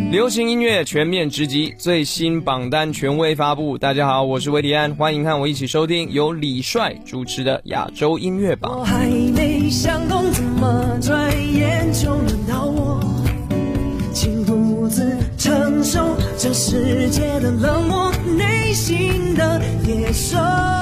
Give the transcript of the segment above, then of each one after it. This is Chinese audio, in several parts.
流行音乐全面直击，最新榜单权威发布。大家好，我是维迪安，欢迎和我一起收听由李帅主持的亚洲音乐榜。 我还没想通，怎么转眼就轮到我，请独自承受这世界的冷漠，内心的野兽。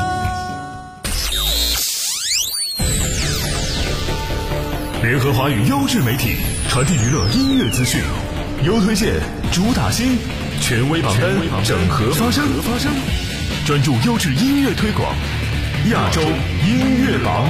联合华语优质媒体，传递娱乐音乐资讯，优推荐，主打新，权威榜单，整合发声，专注优质音乐推广，亚洲音乐榜。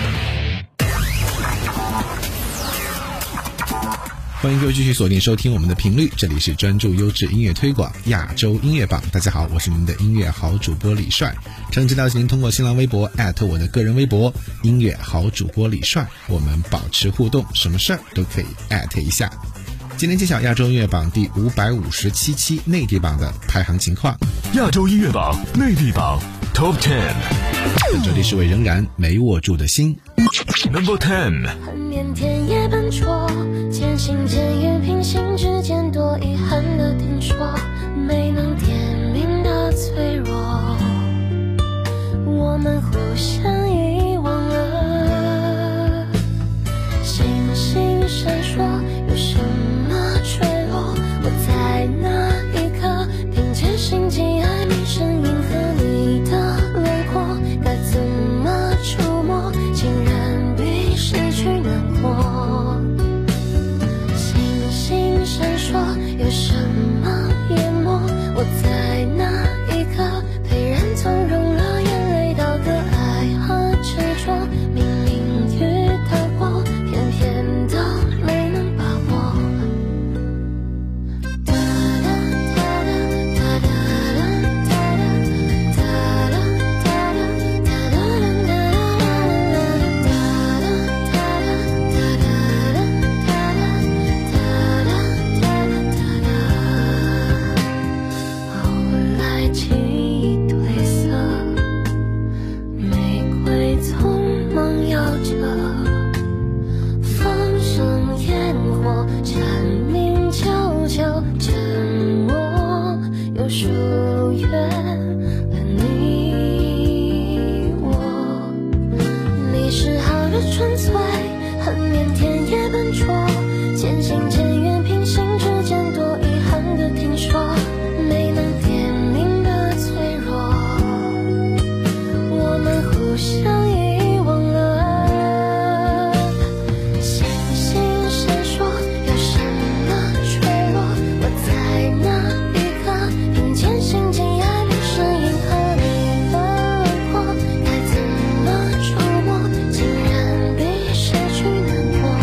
欢迎各位继续锁定收听我们的频率，这里是专注优质音乐推广亚洲音乐榜。大家好，我是您的音乐好主播李帅。诚挚邀请您通过新浪微博我的个人微博音乐好主播李帅，我们保持互动，什么事儿都可以一下。今天揭晓亚洲音乐榜第557期内地榜的排行情况。 亚洲音乐榜内地榜 Top 10， 本周第10位仍然没握住的心。 Number 10， 很腼腆也笨拙，渐行渐远，平行之间多遗憾的听说，没能点明的脆弱，我们互相遗忘了。星星闪烁，有什么坠落？我在那一刻听见心悸暧昧声音和你的轮廓，该怎么触摸？竟然比失去难过。星星闪烁，有什么淹没？我在那一刻沛然从容了眼泪到的爱和执着，明明遇到过，偏偏都没能把握。哒哒哒哒哒哒哒哒哒哒哒后来记忆褪色，玫瑰匆忙摇着，放声烟火，蝉鸣悄悄，沉默又疏远了你我。你是好的纯粹，很腼腆也笨拙，渐行渐远，平行之间多遗憾的听说，没能点明的脆弱，我们互相遗忘了。星星闪烁，有什么坠落？我在那一刻听见心悸暧昧声音和你的轮廓，该怎么触摸？竟然比失去难过。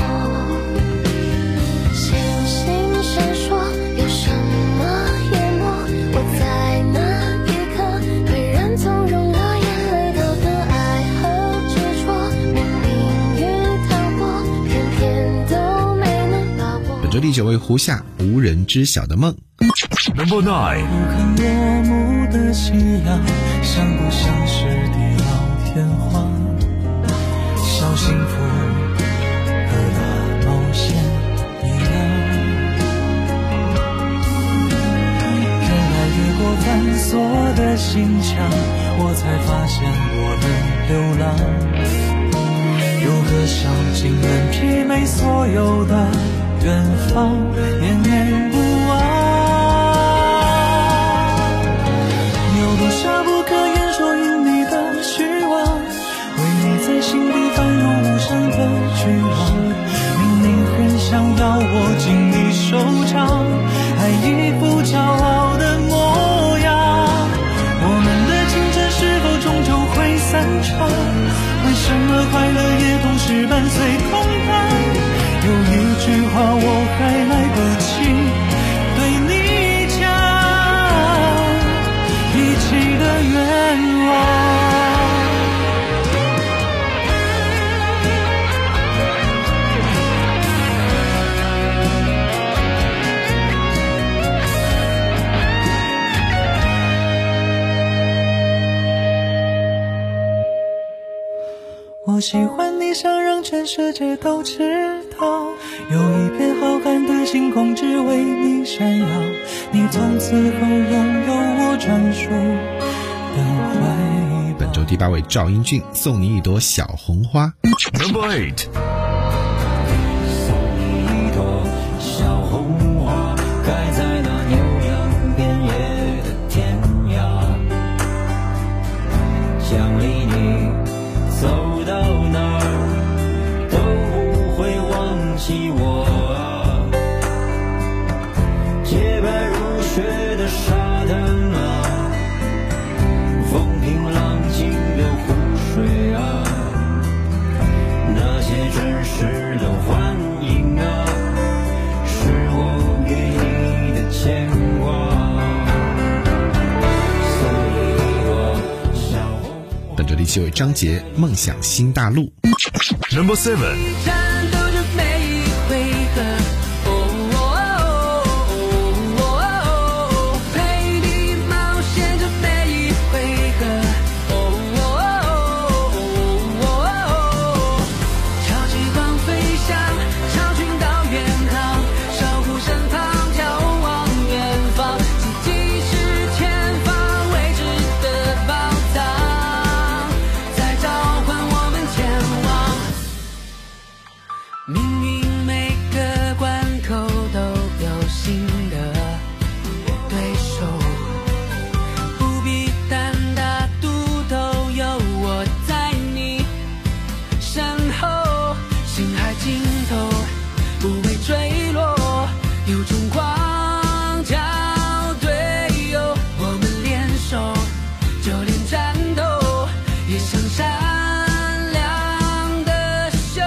星星闪烁，有什么淹没？我在那一刻沛然从容了眼泪到的爱和执着，明明遇到过，偏偏都没能把握。 本周第9位胡夏，无人知晓的梦。 Number 9， 不肯落幕的夕阳，像不像是地老天荒？小幸福和大冒险一样，原来越过繁琐的心墙，我才发现我的流浪，有个小径能媲美所有的远方，念念不忘。有多少不可言说与你的虚妄，为你在心底翻涌无声的绝望，明明很想要握紧你手掌，还一副骄傲的模样。我们的青春是否终究会散场？为什么快乐也同时伴随空荡？有一句话我还来不及对你讲，一起的愿望。我喜欢你，想让全世界都知道，有一片浩瀚的星空只为你闪耀，你从此后拥有我专属的怀抱。 本周第8位赵英俊，送你一朵小红花。 Number 8. 送你一朵小红花，开在那牛羊遍野的天涯，想离你走到哪儿都不会忘记我啊，洁白如雪的沙滩啊，风平浪静的湖水啊，那些真实的欢迎啊，是我给你的牵挂。送你一朵小红花。 本周第7位张杰，梦想新大陆。 Number 7. 战斗着每一回合，陪你冒险着每一回合，潮起光飞翔，潮群到远航，守护身旁，眺望远方，奇迹是前方未知的宝藏，在召唤我们前往。命运每个关口都有新的对手，不必单打独斗，有我在你身后，星海尽头不会坠落，有种光叫队友，我们联手，就连战斗也像闪亮的秀。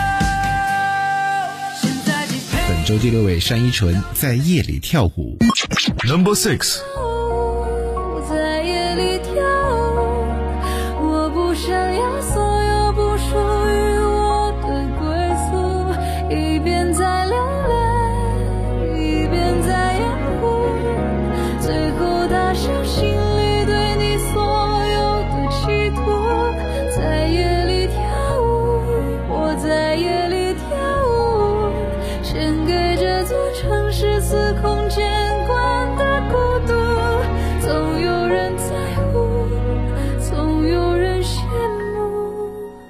现在即配本周第6位单依纯，在夜里跳舞。 Number 6. 在夜里跳舞，我不想要所有不属于我的归宿，一边在流泪，一边在掩护，最后打消心里对你所有的企图。在夜里跳舞，我在夜里跳舞，献给这座城市司空见惯的孤独，总有人在乎，总有人羡慕，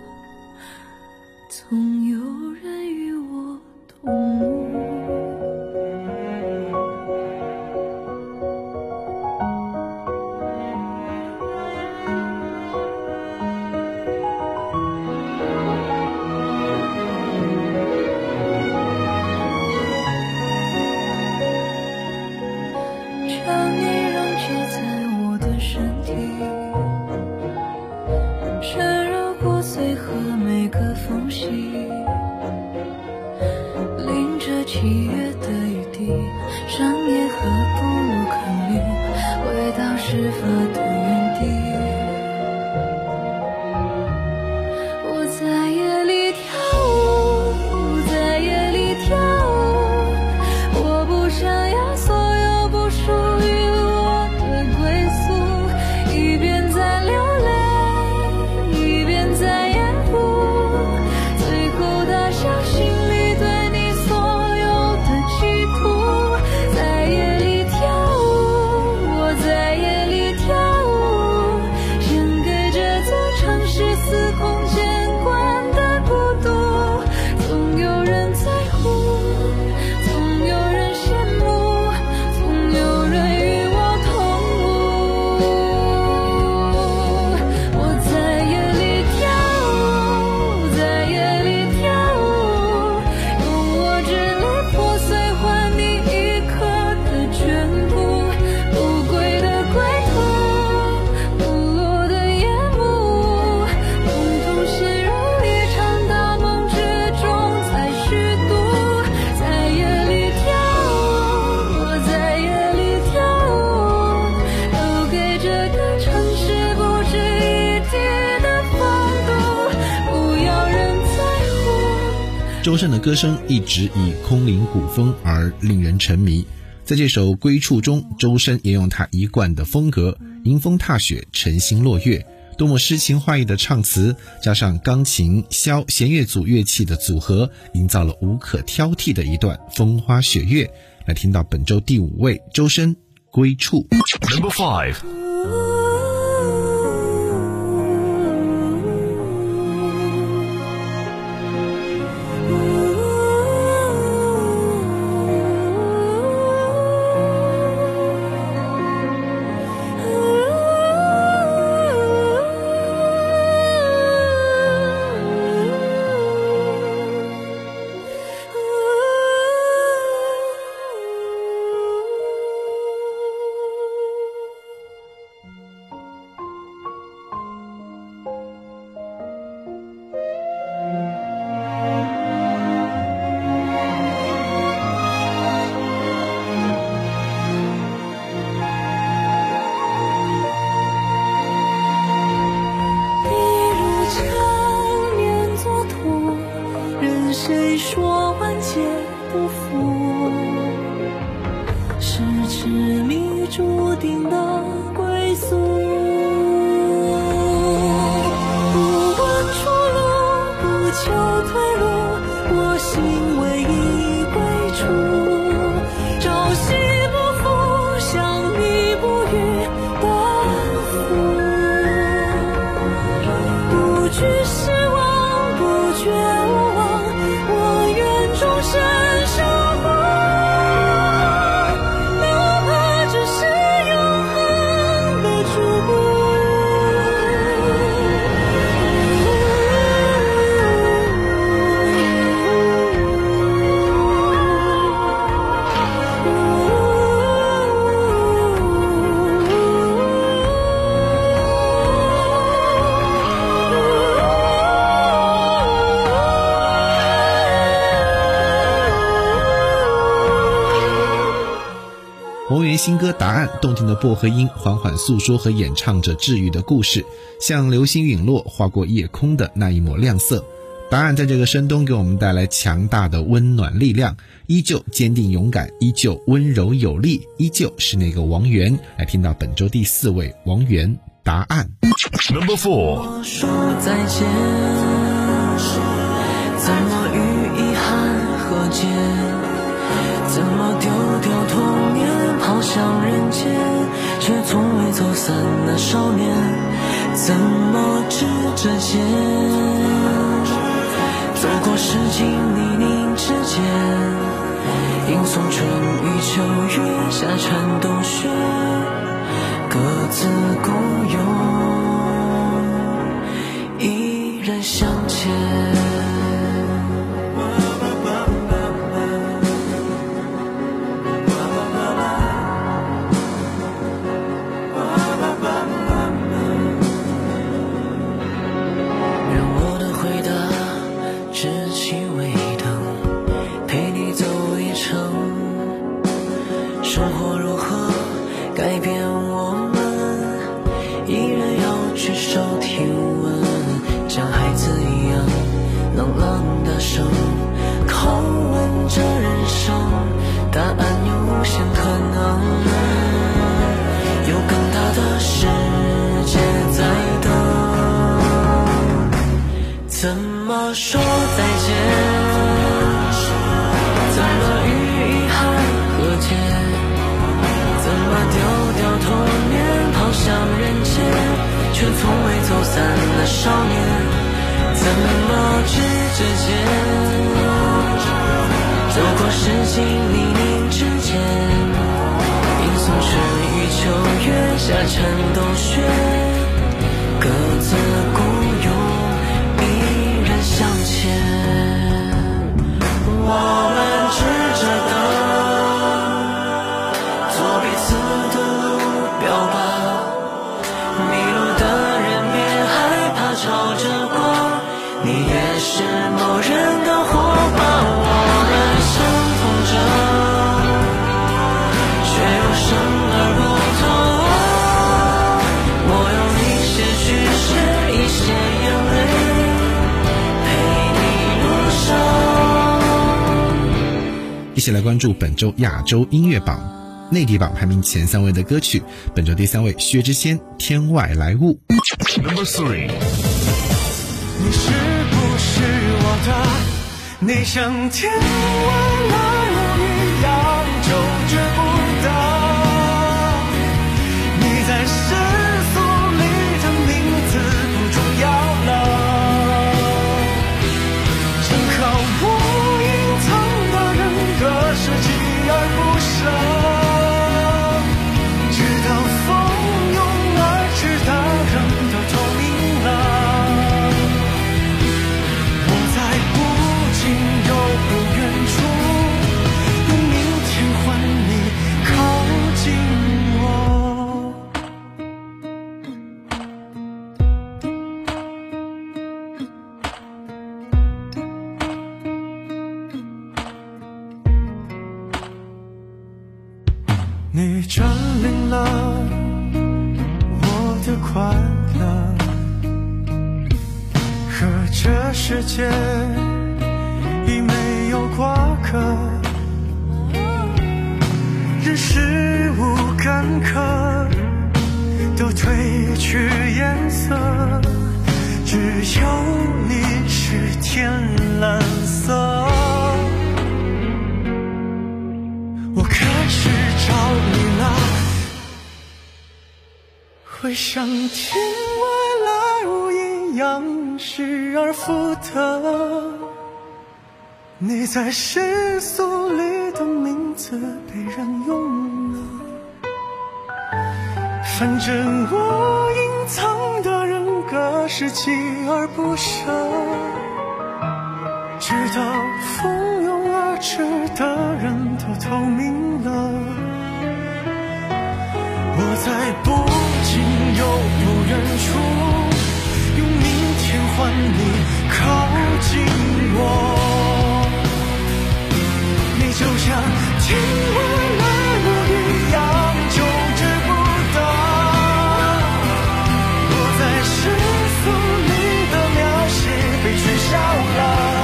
总有人与我同舞。让你溶解在我的身体，缠绕骨髓和每个缝隙，淋着7月的雨滴，山野和部落看脸，回到事发的原地。我在夜里跳舞，在夜里跳舞，我不想要所有不属于我的归宿，一边在流泪，一边在掩护，最后打消心里对你所有的企图。在夜里跳舞，我在夜里跳舞，献给这座城市司空见惯的孤独，总有人在乎，总有人羡慕，总有人与我同舞。我在夜里跳舞，在夜里跳舞，用我支离破碎换你一刻的全部，不归的归途，不落的夜幕，统统陷入一场大梦之中才虚度。在夜里跳舞，我在夜里跳舞，留给这个城市不值一提的风度，不要人在乎。 周深的歌声一直以空灵古风而令人沉迷，在这首《归处》中，周深也用他一贯的风格，迎风踏雪，晨星落月，多么诗情画意的唱词，加上钢琴、弦乐组乐器的组合，营造了无可挑剔的一段风花雪月， 来听到本周第5位周深归处。 Number 5. 谁说万劫不复？是执迷注定的归宿。不问出路，不求退路，我心唯一归处。朝夕不负，相遇不渝的福。不惧失望，不觉无望。终身守护，哪怕这是永恒的祝福。 王源新歌《答案》动听的薄荷音缓缓诉说和演唱着治愈的故事，像流星陨落划过夜空的那一抹亮色。答案在这个深冬给我们带来强大的温暖力量，依旧坚定勇敢，依旧温柔有力，依旧是那个王源。来听到本周第4位王源《答案》。 Number 4. 我说再见，怎么与遗憾和解？怎么丢掉童年，跑向人间，却从未走散的少年？怎么指着肩，走过世纪泥泞之间，迎送春雨秋月，夏蝉冬雪，各自共有，依然向前。答案有无限可能，有更大的世界在等。怎么说再见？怎么与遗憾和解？怎么丢掉童年，跑向人间，却从未走散的少年？怎么指着肩，走过世纪泥泞之间，迎送春雨秋月，夏蝉冬雪，各自孤勇，依然向前。我们指着灯，做彼此的路标靶，迷路的人别害怕，朝着光，你也是某人的伙伴。我们相同着，却又生而不同。我用一些去写一些眼泪，陪你路上。 一起来关注本周亚洲音乐榜。内地榜排名前3位的歌曲，本周第3位薛之谦《天外来物》。 Number 3. 你是不是我的？你像天外来物一样，就你占领了我的快乐，和这世界已没有瓜葛，人事物干渴都褪去颜色，只有你是天蓝色。我开始找你了，会像天外来物一样失而复得，你在世俗里的名字被人用了，反正我隐藏的人格是锲而不舍，直到蜂拥而至的人都透明了，我在不近又不远处用明天换你靠近我，你就像天外来物一样就知不得，我在世俗里的描写被取消了。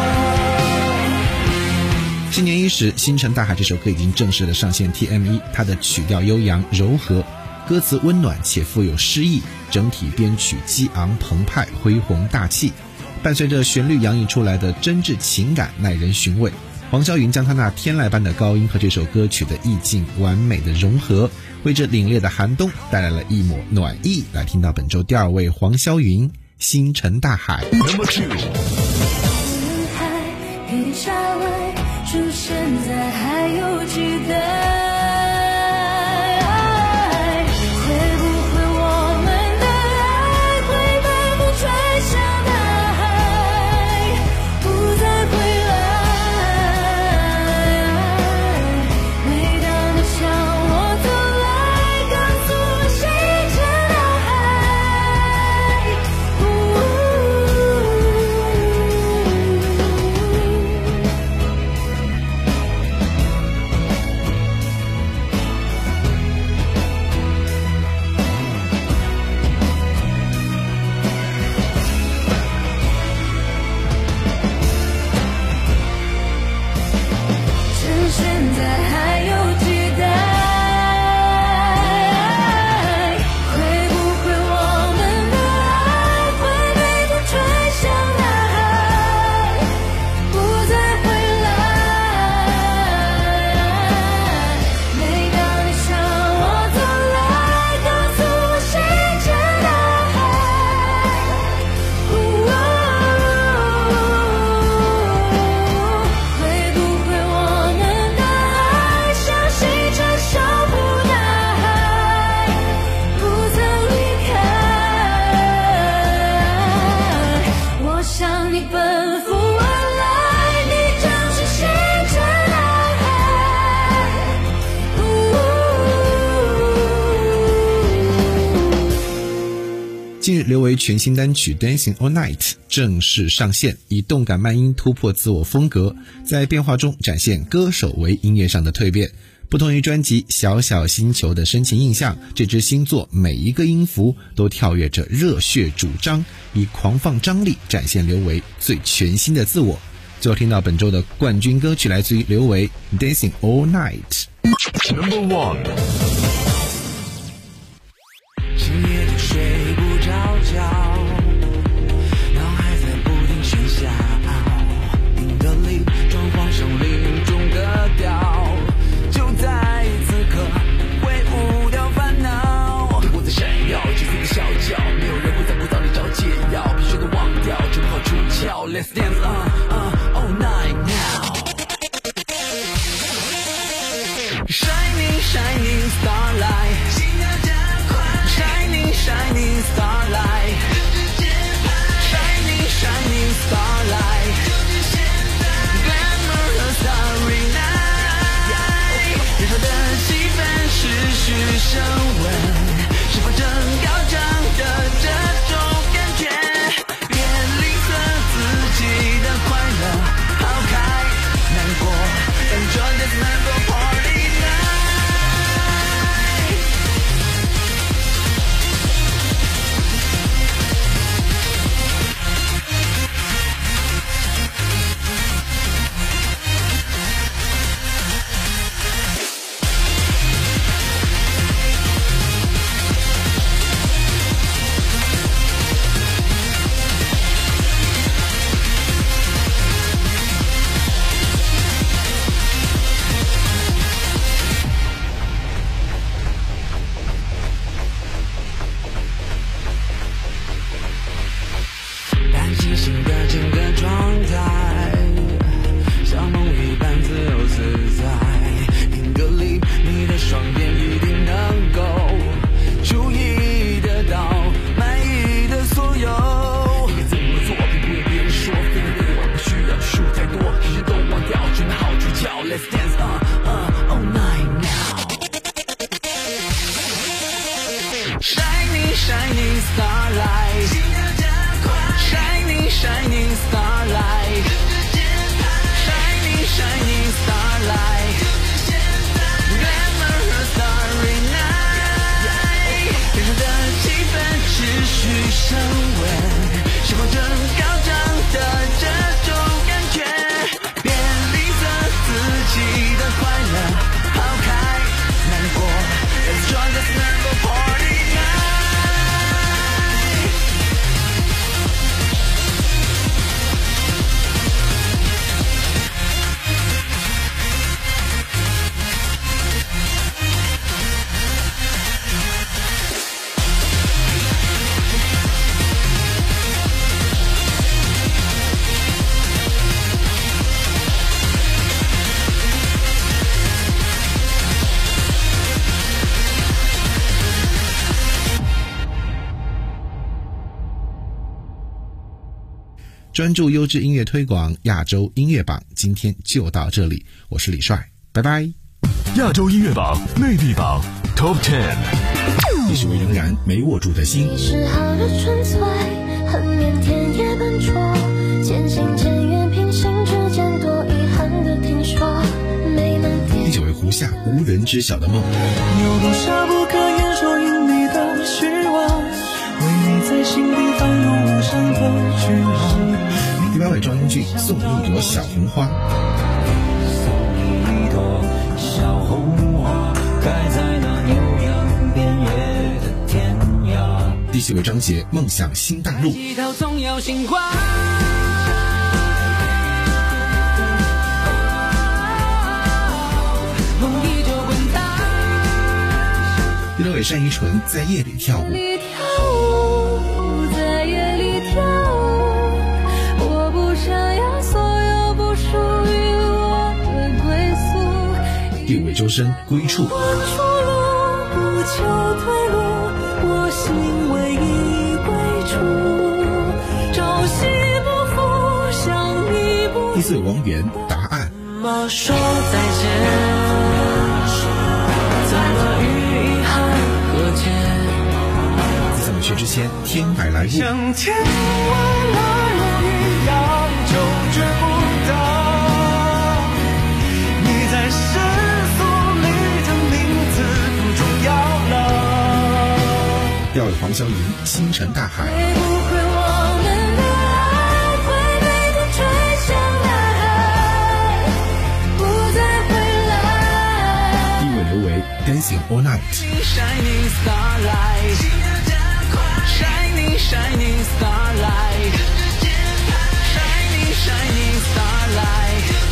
新年伊始，星辰大海这首歌已经正式的上线 TME， 它的曲调悠扬柔和，歌词温暖且富有诗意，整体编曲激昂澎湃恢宏大气，伴随着旋律洋溢出来的真挚情感耐人寻味。黄霄云将他那天籁般的高音和这首歌曲的意境完美的融合，为这凛冽的寒冬带来了一抹暖意。来听到本周第2位黄霄云，星辰大海。 Number 2。 人海一定下来，出现在还有期待。 近日刘维全新单曲 Dancing All Night 正式上线，以动感慢音突破自我风格，在变化中展现歌手为音乐上的蜕变。不同于专辑小小星球的深情印象，这支新作每一个音符都跳跃着热血主张，以狂放张力展现刘维最全新的自我。最后听到本周的冠军歌曲来自于刘维 Dancing All Night。 Number 1。 深夜里睡不着觉，脑海在不停喧嚣，你的力装潢成另一种格调，就在此刻挥舞掉烦恼，灯光在闪耀，金色的小脚，没有人会在不早里找解药，必须都忘掉，准备好出鞘 Let's dance all night now。 Shining shining starlight， Shining shining starlight， Shining shining starlight， Glamour 和 Starry night， 热闹的气氛持续升温，释放着高涨的这种感觉，别吝啬自己的快乐，抛开难过 Enjoy this mango party night。 shining starlight shining shining starlight shining shining starlight Glamour starry night 天上的气氛持续升温时光正高涨的这种感觉别吝啬自己的快乐抛开难过 Let's join this number party night 专注优质音乐推广，亚洲音乐榜今天就到这里，我是李帅，拜拜。 亚洲音乐榜内地榜 Top 10， 你是位仍然没握住的心。 你是好的纯粹，很腼腆也笨拙，渐行渐远，平行之间多遗憾的听说，没能第9位胡夏，无人知晓的梦。 有多少不可言说因你的虚妄，为你在心底翻涌无上的巨浪。 第8位赵英俊，送你一朵小红花。 送你一朵小红花，开在那牛羊遍野的天涯。 第7位张杰，梦想新大陆。 一条总有星光。 第6位单依纯，在夜里跳舞。 在夜里跳舞，我不想要所有不属于我的归宿。 第5位周深，归处。 我出路不求退路，我心唯一归处，朝夕不负，相依不第4位王源，答案。 怎么说再见？怎么与遗憾和解？ 在我们学之前，天海来物。 像天外来物一样，就觉不到你在世俗里的名字不重要了。 第2位黄霄云，星辰大海。 会不会我们的爱会被风吹向大海，不再回来？ 第1位刘维， Dancing All Night。 Shining starlight Shining shining starlight Shining shining starlight